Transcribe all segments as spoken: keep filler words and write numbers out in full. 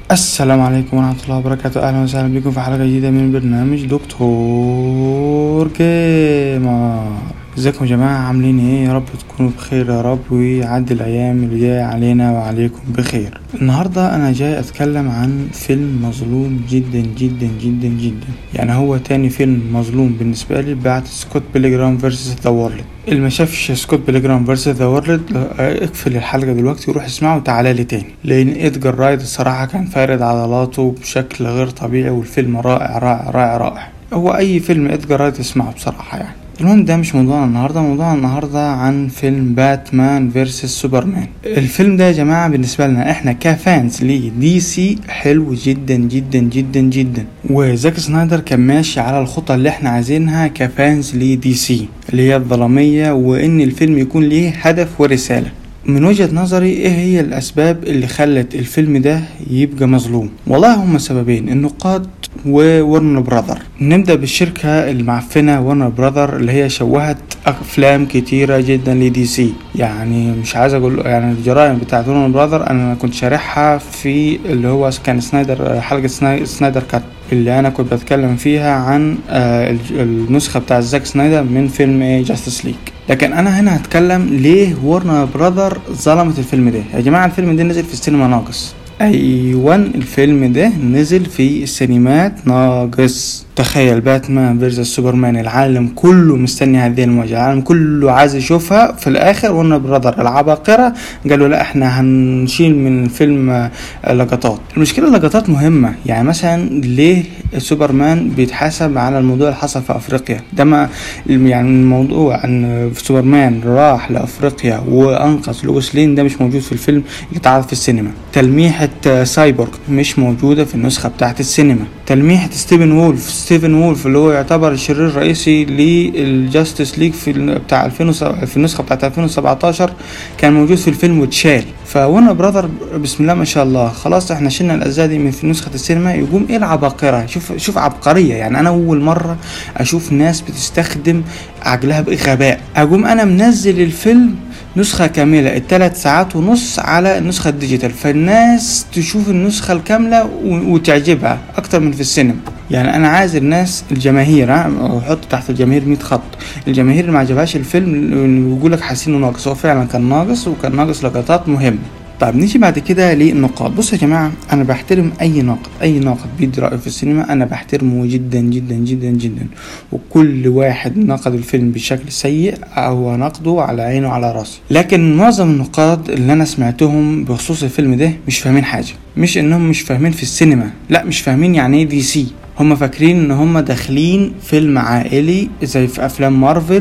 السلام عليكم ورحمة الله وبركاته. أهلا وسهلا بكم في حلقة جديدة من برنامج دكتور جيمر. ازيكم يا جماعة، عاملين ايه؟ يا رب تكونوا بخير يا رب، ويعدي الأيام اللي جاية علينا وعليكم بخير. النهاردة أنا جاي أتكلم عن فيلم مظلوم جدا جدا جدا جدا، يعني هو تاني فيلم مظلوم بالنسبة لي بعد سكوت بيليجرام فيرسس ذا وورلد. اللي ما شافش سكوت بيليجرام فيرسس ذا وورلد اقفل الحلقة دلوقتي وروح اسمعه وتعالى لي تاني، لأن إدجار رايت الصراحة كان فارد عضلاته بشكل غير طبيعي، والفيلم رائع رائع رائع رائع. هو أي فيلم إدجار رايت اسمعه بصراحة يعني. المهم ده مش موضوعنا النهارده، موضوعنا النهارده عن فيلم باتمان فيرسس سوبرمان. الفيلم ده يا جماعه بالنسبه لنا احنا كفانز ليه دي سي حلو جدا جدا جدا جدا، وزاك سنايدر كان ماشي على الخطه اللي احنا عايزينها كفانز ليه دي سي، اللي هي الظلاميه، وان الفيلم يكون ليه هدف ورساله. من وجهة نظري ايه هي الاسباب اللي خلت الفيلم ده يبقى مظلوم؟ والله هما سببين: النقاد وورنر براذر. نبدأ بالشركة المعفنة ورنر براذر، اللي هي شوهت افلام كتيرة جدا لدي سي. يعني مش عايز اقول يعني الجرائم بتاعت ورنر براذر انا كنت شارحها في اللي هو كان سنايدر، حلقة سنايدر كات، اللي انا كنت بتكلم فيها عن النسخة بتاع زاك سنايدر من فيلم جاستس ليج. لكن انا هنا هتكلم ليه ورنر براذر ظلمت الفيلم ده. يا جماعة الفيلم ده نزل في السينما ناقص، ايوان الفيلم ده نزل في السينمات ناقص. تخيل باتمان فيرسس سوبرمان، العالم كله مستني هذه المواجهة، العالم كله عايز يشوفها. في الاخر ورنر براذر العباقرة قالوا لا احنا هنشيل من الفيلم لقطات. المشكلة اللقطات مهمة، يعني مثلا ليه سوبرمان بيتحاسب على الموضوع اللي حصل في افريقيا ده؟ ما يعني الموضوع ان سوبرمان راح لافريقيا وانقذ لويس لين ده مش موجود في الفيلم اللي اتعرض في السينما. تلميحة سايبورغ مش موجودة في النسخة بتاعت السينما. تلميحة ستيفن وولف ستيفن وولف اللي هو يعتبر الشرير الرئيسي للجاستس ليج في بتاع ألفين في النسخة بتاعت ألفين وسبعتاشر كان موجود في الفيلم واتشال. فورنر براذر بسم الله ما شاء الله خلاص احنا شلنا الاجزاء دي من في نسخة السينما. يقوم ايه العباقرة؟ شوف شوف عبقرية، يعني انا اول مرة اشوف ناس بتستخدم عقلها بغباء. اقوم انا منزل الفيلم نسخة كاملة الثلاث ساعات ونص على النسخة الديجيتال، فالناس تشوف النسخة الكاملة وتعجبها اكتر من في السينما. يعني انا عايز الناس الجماهير، احط تحت الجماهير مية خط، الجماهير اللي ما عجبهاش الفيلم ويقولك حاسينه ناقص، هو فعلا كان ناقص وكان ناقص لقطات مهمة. طيب نيجي بعد كده للنقاد. بصوا يا جماعة انا بحترم اي ناقد، اي ناقد بيدي رأيه في السينما انا بحترمه جدا جدا جدا جدا، وكل واحد نقد الفيلم بشكل سيء هو نقده على عينه وعلى راسه. لكن معظم النقاد اللي انا سمعتهم بخصوص الفيلم ده مش فاهمين حاجة. مش انهم مش فاهمين في السينما، لا مش فاهمين يعني ايه دي سي. هم فاكرين ان هم داخلين فيلم عائلي زي في افلام مارفل،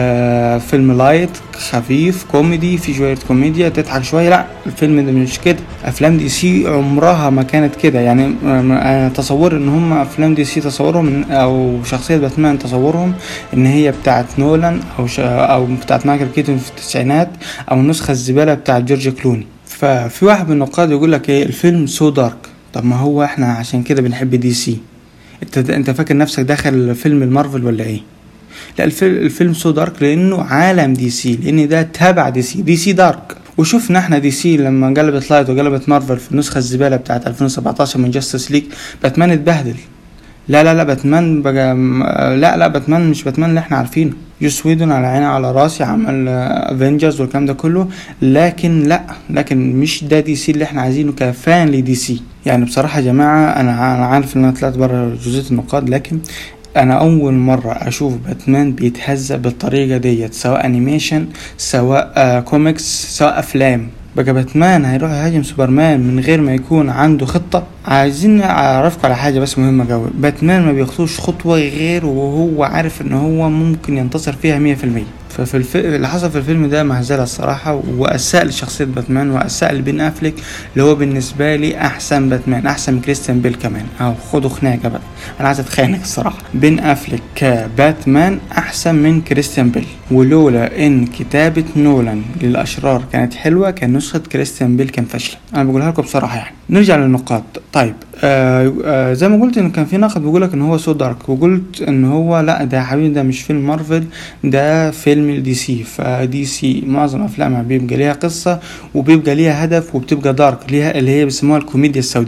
آه فيلم لايت خفيف كوميدي، في شوية كوميديا تضحك شوية. لا الفيلم ده مش كده. افلام دي سي عمرها ما كانت كده. يعني انا تصور ان هم افلام دي سي تصورهم او شخصية باتمان تصورهم ان هي بتاعت نولان او ش... او بتاعت مايكل كيتون في التسعينات، او النسخة الزبالة بتاعت جورج كلوني. ففي واحد من النقاد يقول لك ايه الفيلم سو دارك. طب ما هو احنا عشان كده بنحب دي سي. انت انت فاكر نفسك داخل فيلم المارفل ولا ايه؟ لا الفيلم سو دارك لانه عالم دي سي، لان ده تابع دي سي، دي سي دارك. وشوفنا احنا دي سي لما قلبت لايت وقلبت مارفل في النسخه الزباله بتاعت ألفين وسبعتاشر من جاستس ليج، باتمان اتبهدل. لا لا لا باتمان بقى لا لا باتمان مش باتمان اللي احنا عارفينه. جوس ويدون على عيني على راسي، عمل افنجرز والكلام ده كله، لكن لا لكن مش ده دي سي اللي احنا عايزينه كفان لدي سي. يعني بصراحه يا جماعه انا انا عارف ان انا طلعت بره جزئيه النقاد، لكن انا اول مرة اشوف باتمان بيتهزأ بالطريقة ديت، سواء انيميشن سواء آه كوميكس سواء افلام. بقى باتمان هيروح يهاجم سوبرمان من غير ما يكون عنده خطة. عايزين اعرفكم على حاجة بس مهمة قوي، باتمان ما بيخطوش خطوة غير وهو عارف ان هو ممكن ينتصر فيها مية في المية. ففي الف... اللي حصل في الفيلم ده مهزلة الصراحة، وأساء لشخصية باتمان وأساء لبين أفليك اللي هو بالنسبة لي أحسن باتمان، أحسن من كريستيان بيل كمان. أو خدوا خناقة بقى، أنا عايز أتخانق الصراحة. بين أفليك كباتمان أحسن من كريستيان بيل، ولولا إن كتابة نولان للأشرار كانت حلوة كان نسخة كريستيان بيل كان فاشلة. أنا بقولها لكم بصراحة. يعني نرجع للنقاط. طيب آه آه زي ما قلت ان كان في ناقد بيقولك ان هو سو دارك، وقلت ان هو لا ده يا حبيبي ده مش فيلم مارفل، ده فيلم دي سي. فدي سي معظم افلامها بيبقى ليها قصة وبيبقى ليها هدف وبتبقى دارك، ليها اللي هي بيسموها الكوميديا السوداء.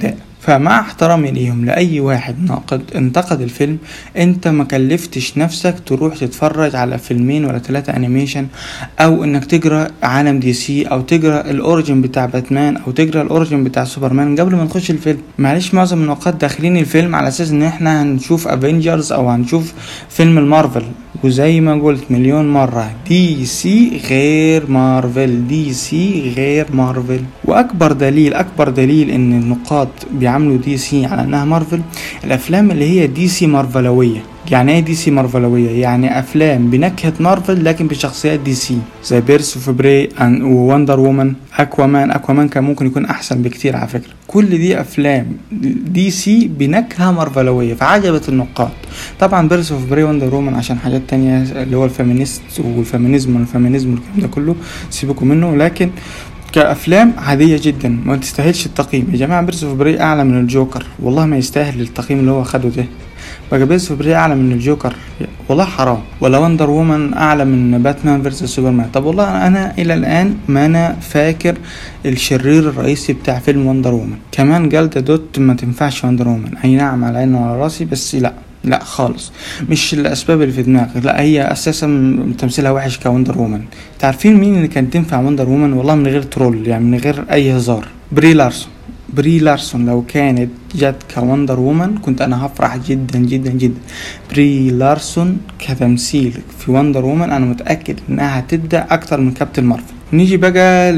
فمع احترامي ليهم، لأي واحد ناقد انتقد الفيلم، انت ما كلفتش نفسك تروح تتفرج على فيلمين ولا ثلاثة انيميشن، او انك تقرأ عالم دي سي، او تقرأ الاوريجن بتاع باتمان، او تقرأ الاوريجن بتاع سوبرمان قبل ما نخش الفيلم. معلش معظم النقاد داخلين الفيلم على اساس ان احنا هنشوف افنجرز او هنشوف فيلم المارفل، وزي ما قلت مليون مرة دي سي غير مارفل، دي سي غير مارفل. واكبر دليل اكبر دليل ان النقاد بيعملوا دي سي على انها مارفل، الافلام اللي هي دي سي مارفلوية. يعني ايه دي سي مارفلوية؟ يعني افلام بنكهة مارفل لكن بشخصيات دي سي، زي بيرس اوف براي ووندر وومن، اكوامان. اكوامان كان ممكن يكون احسن بكتير على فكرة. كل دي افلام دي سي بنكهة مارفلوية فعجبت النقاد. طبعا بيرس اوف براي ووندر وومن عشان حاجات تانية اللي هو الفيمينيست والفيمينيزم والفيمينيزم والكلام ده كله سيبكم منه، لكن كأفلام عادية جدا ما تستاهلش التقييم. يا جماعة بيرس اوف براي اعلى من الجوكر، والله ما يستاهل التقييم اللي هو خده ده. بقى بيرس اوف براي اعلى من الجوكر، والله حرام. ولا وندر وومن اعلى من باتمان فيرسس سوبرمان. طب والله انا الى الان ما انا فاكر الشرير الرئيسي بتاع فيلم وندر وومن. كمان جلدة دوت ما تنفعش وندر وومن، اي نعم على عيني وعلى راسي، بس لا لا خالص، مش الاسباب اللي في دماغك، لا هي اساسا تمثيلها وحش كوندر وومن. تعرفين مين اللي كان تنفع وندر وومن؟ والله من غير ترول، يعني من غير اي هزار، بري لارسون. بري لارسون لو كانت جت كوندر وومن كنت انا هفرح جدا جدا جدا. بري لارسون كتمثيل في وندر وومن انا متاكد انها هتبدع اكتر من كابتن مارفل. نيجي بقى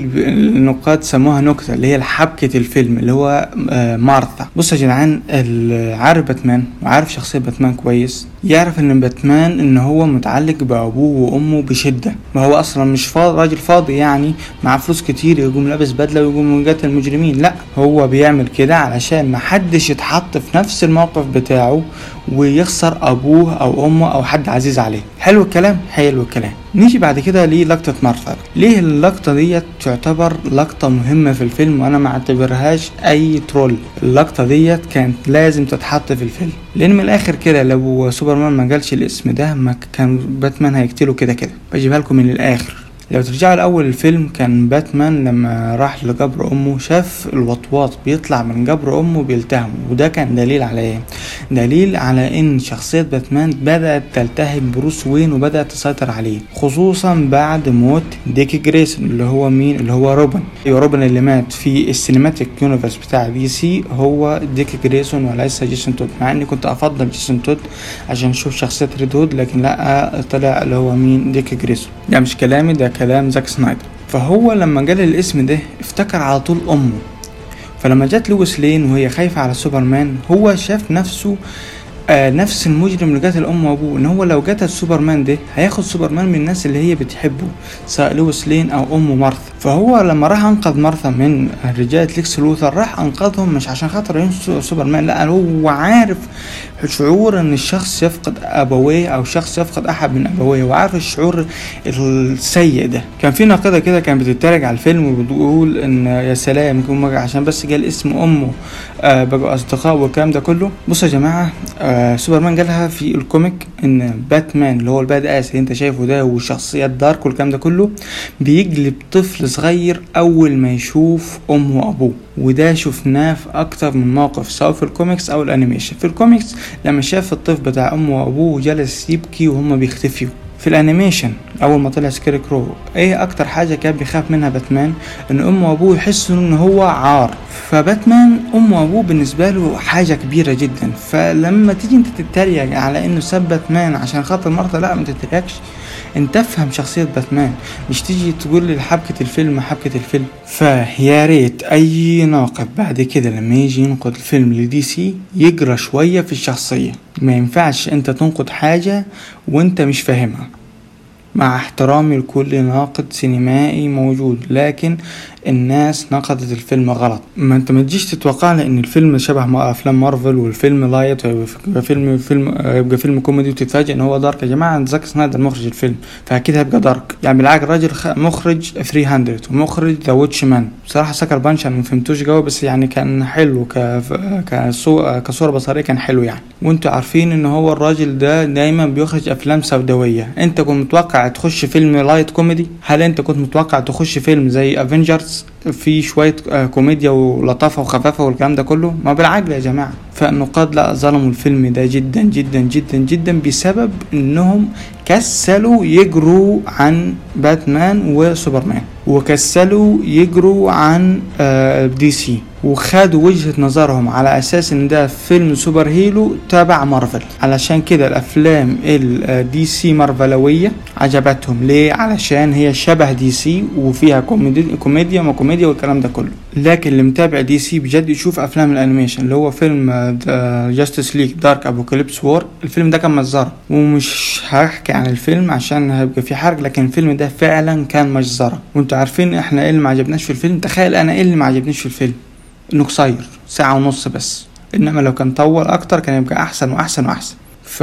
للنقاد سموها نكتة، اللي هي الحبكة الفيلم اللي هو مارثا. بصوا يا جدعان، عارف باتمان وعارف شخصية باتمان كويس، يعرف ان باتمان ان هو متعلق بابوه وامه بشدة. ما هو اصلا مش فاضي، راجل فاضي يعني معاه فلوس كتير يقوم لابس بدلة ويقوم يقتل المجرمين، لا هو بيعمل كده علشان محدش يتحط في نفس الموقف بتاعه ويخسر ابوه او امه او حد عزيز عليه. حلو الكلام، حلو الكلام. نيجي بعد كده للقطة مارثا. ليه اللقطة دي تعتبر لقطة مهمة في الفيلم وانا ما اعتبرهاش اي ترول؟ اللقطة دي كانت لازم تتحط في الفيلم، لان من الاخر كده لو سوبرمان ما قالش الاسم ده ما كان باتمان هيقتله كده كده. بجيبها لكم من الاخر. لو ترجعوا لأول الفيلم، كان باتمان لما راح لقبر أمه شاف الوطواط بيطلع من قبر أمه بيلتهم، وده كان دليل على ايه؟ دليل على ان شخصية باتمان بدأت تلتهم بروس وين وبدأت تسيطر عليه، خصوصا بعد موت ديك جريسون اللي هو مين؟ اللي هو روبن. ايوه روبن اللي مات في السينماتيك يونيفرس بتاع دي سي هو ديك جريسون وليس جيسون تود، مع اني كنت افضل جيسون تود عشان نشوف شخصية ريد هود، لكن لا طلع اللي هو مين؟ ديك جريسون. ده مش كلامي، ده كلام زاك سنايدر. فهو لما قال الاسم ده افتكر على طول امه. فلما جت لويس لين وهي خايفة على سوبرمان، هو شاف نفسه آه نفس المجرم اللي قتل امه وابوه، ان هو لو قتل سوبرمان ده هياخد سوبرمان من الناس اللي هي بتحبه، سواء لويس لين او امه مارثا. فهو لما راح انقذ مارثا من رجالة ليكس لوثر راح انقذهم مش عشان خاطر ينسوا سوبرمان، لا هو عارف شعور ان الشخص يفقد ابويه او شخص يفقد احد من ابويه، وعارف الشعور السيء ده. كان في ناقده كده كان بتتريق على الفيلم وبتقول ان يا سلام عشان بس قال اسم امه آه بقوا اصدقاء والكلام ده كله. بصوا يا جماعه، آه سوبرمان قالها في الكوميك ان باتمان اللي هو الباد اس اللي انت شايفه ده وشخصيات دارك والكلام ده كله بيقلب طفل صغير اول ما يشوف امه وابوه، وده شفناه في اكتر من موقف سواء في الكوميكس او الانيميشن. في الكوميكس لما شاف الطفل بتاع امه وابوه جلس يبكي وهم بيختفيوا. في الانيميشن اول ما طلع سكير كرو، ايه اكتر حاجه كان بيخاف منها باتمان؟ ان امه وابوه يحسوا ان هو عار. فباتمان امه وابوه بالنسبه له حاجه كبيره جدا. فلما تيجي انت تتريق على انه ساب باتمان عشان خاطر مرته، لا ما تتريقش، انت افهم شخصيه باتمان، مش تيجي تقول لي حبكه الفيلم حبكه الفيلم. فيا ريت اي ناقد بعد كده لما يجي ينقد الفيلم لدي سي يقرا شويه في الشخصيه. ما ينفعش انت تنقد حاجه وانت مش فاهمها، مع احترامي لكل ناقد سينمائي موجود، لكن الناس نقدت الفيلم غلط. ما انت ما تجيش تتوقع ان الفيلم شبه افلام مارفل والفيلم لايت ويبقى فيلم فيلم يبقى فيلم كوميدي وتتفاجئ ان هو دارك. يا جماعه زاك سنايدر مخرج الفيلم فاكيد هيبقى دارك. يعني بالعكس راجل مخرج ثلاثمية ومخرج ذا واتشمان. بصراحه سكر بانش انا ما فهمتوش جوه، بس يعني كان حلو ك كصوره بصريه كان حلو يعني. وانتوا عارفين ان هو الراجل ده دايما بيخرج افلام سوداويه. انت كنت متوقع تخش فيلم لايت كوميدي؟ هل انت كنت متوقع تخش فيلم زي افنجرز في شوية كوميديا ولطافة وخفافة والكلام ده كله، ما بالعجل يا جماعة. فالنقاد لا ظلموا الفيلم ده جدا جدا جدا جدا بسبب انهم كسلوا يجروا عن باتمان وسوبرمان، وكسلوا يجروا عن دي سي، وخدوا وجهة نظرهم على اساس ان ده فيلم سوبر هيرو تبع مارفل. علشان كده الافلام الدي سي مارفلوية عجبتهم. ليه؟ علشان هي شبه دي سي وفيها كوميديا كوميديا ما كوميديا والكلام ده كله. لكن اللي متابع دي سي بجد يشوف افلام الانيميشن اللي هو فيلم جاستس ليج دارك ابوكاليبس وور، الفيلم ده كان مجزرة. ومش هحكي عن الفيلم عشان هيبقى في حرق، لكن الفيلم ده فعلا كان مجزرة. وانتوا عارفين احنا ايه اللي ما عجبناش في الفيلم؟ تخيل انا ايه اللي ما عجبنيش في الفيلم، انه قصير ساعة ونص بس، انما لو كان طول اكتر كان يبقى احسن واحسن واحسن.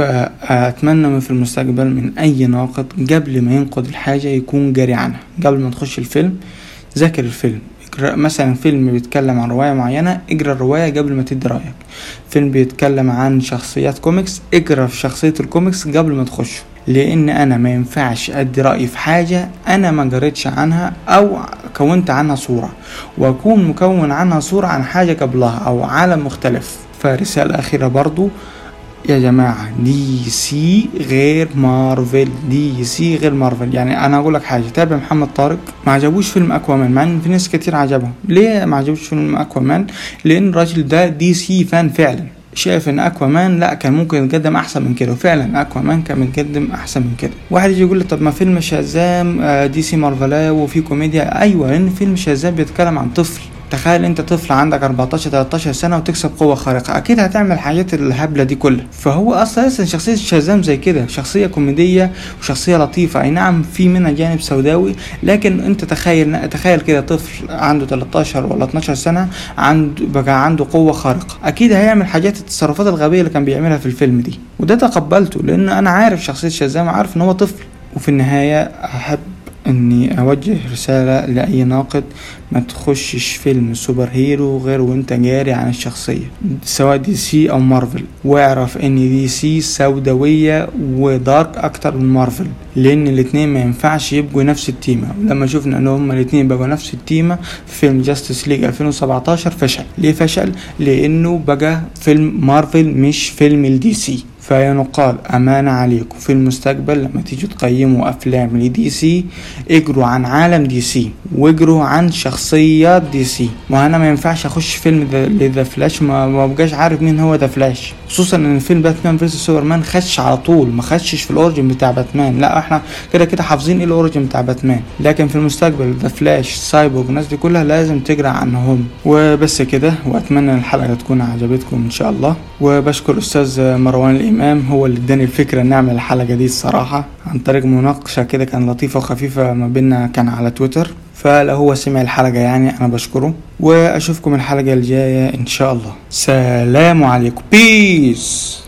فأتمنى من في المستقبل من أي ناقد قبل ما ينقد الحاجة يكون جاري عنها، قبل ما تخش الفيلم ذاكر الفيلم. مثلا فيلم بيتكلم عن رواية معينة، اقرأ الرواية قبل ما تدي رأيك. فيلم بيتكلم عن شخصيات كوميكس، اقرأ في شخصية الكوميكس قبل ما تخش. لأن أنا ما ينفعش أدي رأي في حاجة أنا ما قريتش عنها أو كونت عنها صورة، وأكون مكون عنها صورة عن حاجة قبلها أو عالم مختلف. فرسالة أخيرة برضو يا جماعة، دي سي غير مارفل، دي سي غير مارفل. يعني انا اقول لك حاجة، تابع محمد طارق ما عجبوش فيلم اكوامان، مع ان في ناس كتير عجبهم. ليه ما عجبوش فيلم اكوامان؟ لان الراجل ده دي سي فان فعلا، شايف ان اكوامان لا كان ممكن يتقدم احسن من كده، وفعلا اكوامان كان متقدم احسن من كده. واحد يجي يقول لي طب ما فيلم شازام دي سي مارفلا وفي كوميديا. ايوه، لان فيلم شازام بيتكلم عن طفل. تخيل انت طفل عندك أربعتاشر تلتاشر سنة وتكسب قوة خارقة، اكيد هتعمل حاجات الهبلة دي كلها. فهو اصلا شخصية شازام زي كده، شخصية كوميدية وشخصية لطيفة. اي نعم في منها جانب سوداوي، لكن انت تخيل تخيل كده طفل عنده تلتاشر ولا اتناشر سنة عنده بقى عنده قوة خارقة، اكيد هيعمل حاجات التصرفات الغبية اللي كان بيعملها في الفيلم دي. وده تقبلته لان انا عارف شخصية شازام، عارف ان هو طفل. وفي النهاية احب اني اوجه رسالة لاي ناقد، ما تخشش فيلم سوبر هيرو غير وانت جاري عن الشخصية، سواء دي سي او مارفل. واعرف ان دي سي سوداوية ودارك اكتر من مارفل، لان الاتنين ما ينفعش يبقوا نفس التيمة. ولما شفنا ان هما الاتنين بقوا نفس التيمة في فيلم جاستس ليج ألفين وسبعتاشر فشل. ليه فشل؟ لانه بقى فيلم مارفل مش فيلم الدي سي. فيا نقاد امانة عليكم في المستقبل لما تيجوا تقيموا افلام لدي سي، اجروا عن عالم دي سي واجروا عن شخصيات دي سي. ما انا ما ينفعش اخش فيلم ذا فلاش ما بقاش عارف مين هو ذا فلاش، خصوصا ان فيلم باتمان فيرسس سوبرمان خش على طول، ما خشش في الاوريجن بتاع باتمان. لا احنا كده كده حافظين ايه الاوريجن بتاع باتمان، لكن في المستقبل ذا فلاش سايبورغ الناس دي كلها لازم تجرى عنهم. وبس كده، واتمنى الحلقة تكون عجبتكم ان شاء الله. وبشكر استاذ مروان الامام، هو اللي اداني الفكرة نعمل الحلقة دي الصراحة عن طريق مناقشة كده كان لطيفة وخفيفة ما بيننا، كان على تويتر. فلو هو سمع الحلقة يعني انا بشكره، واشوفكم الحلقة الجاية ان شاء الله. سلام عليكم، بيس.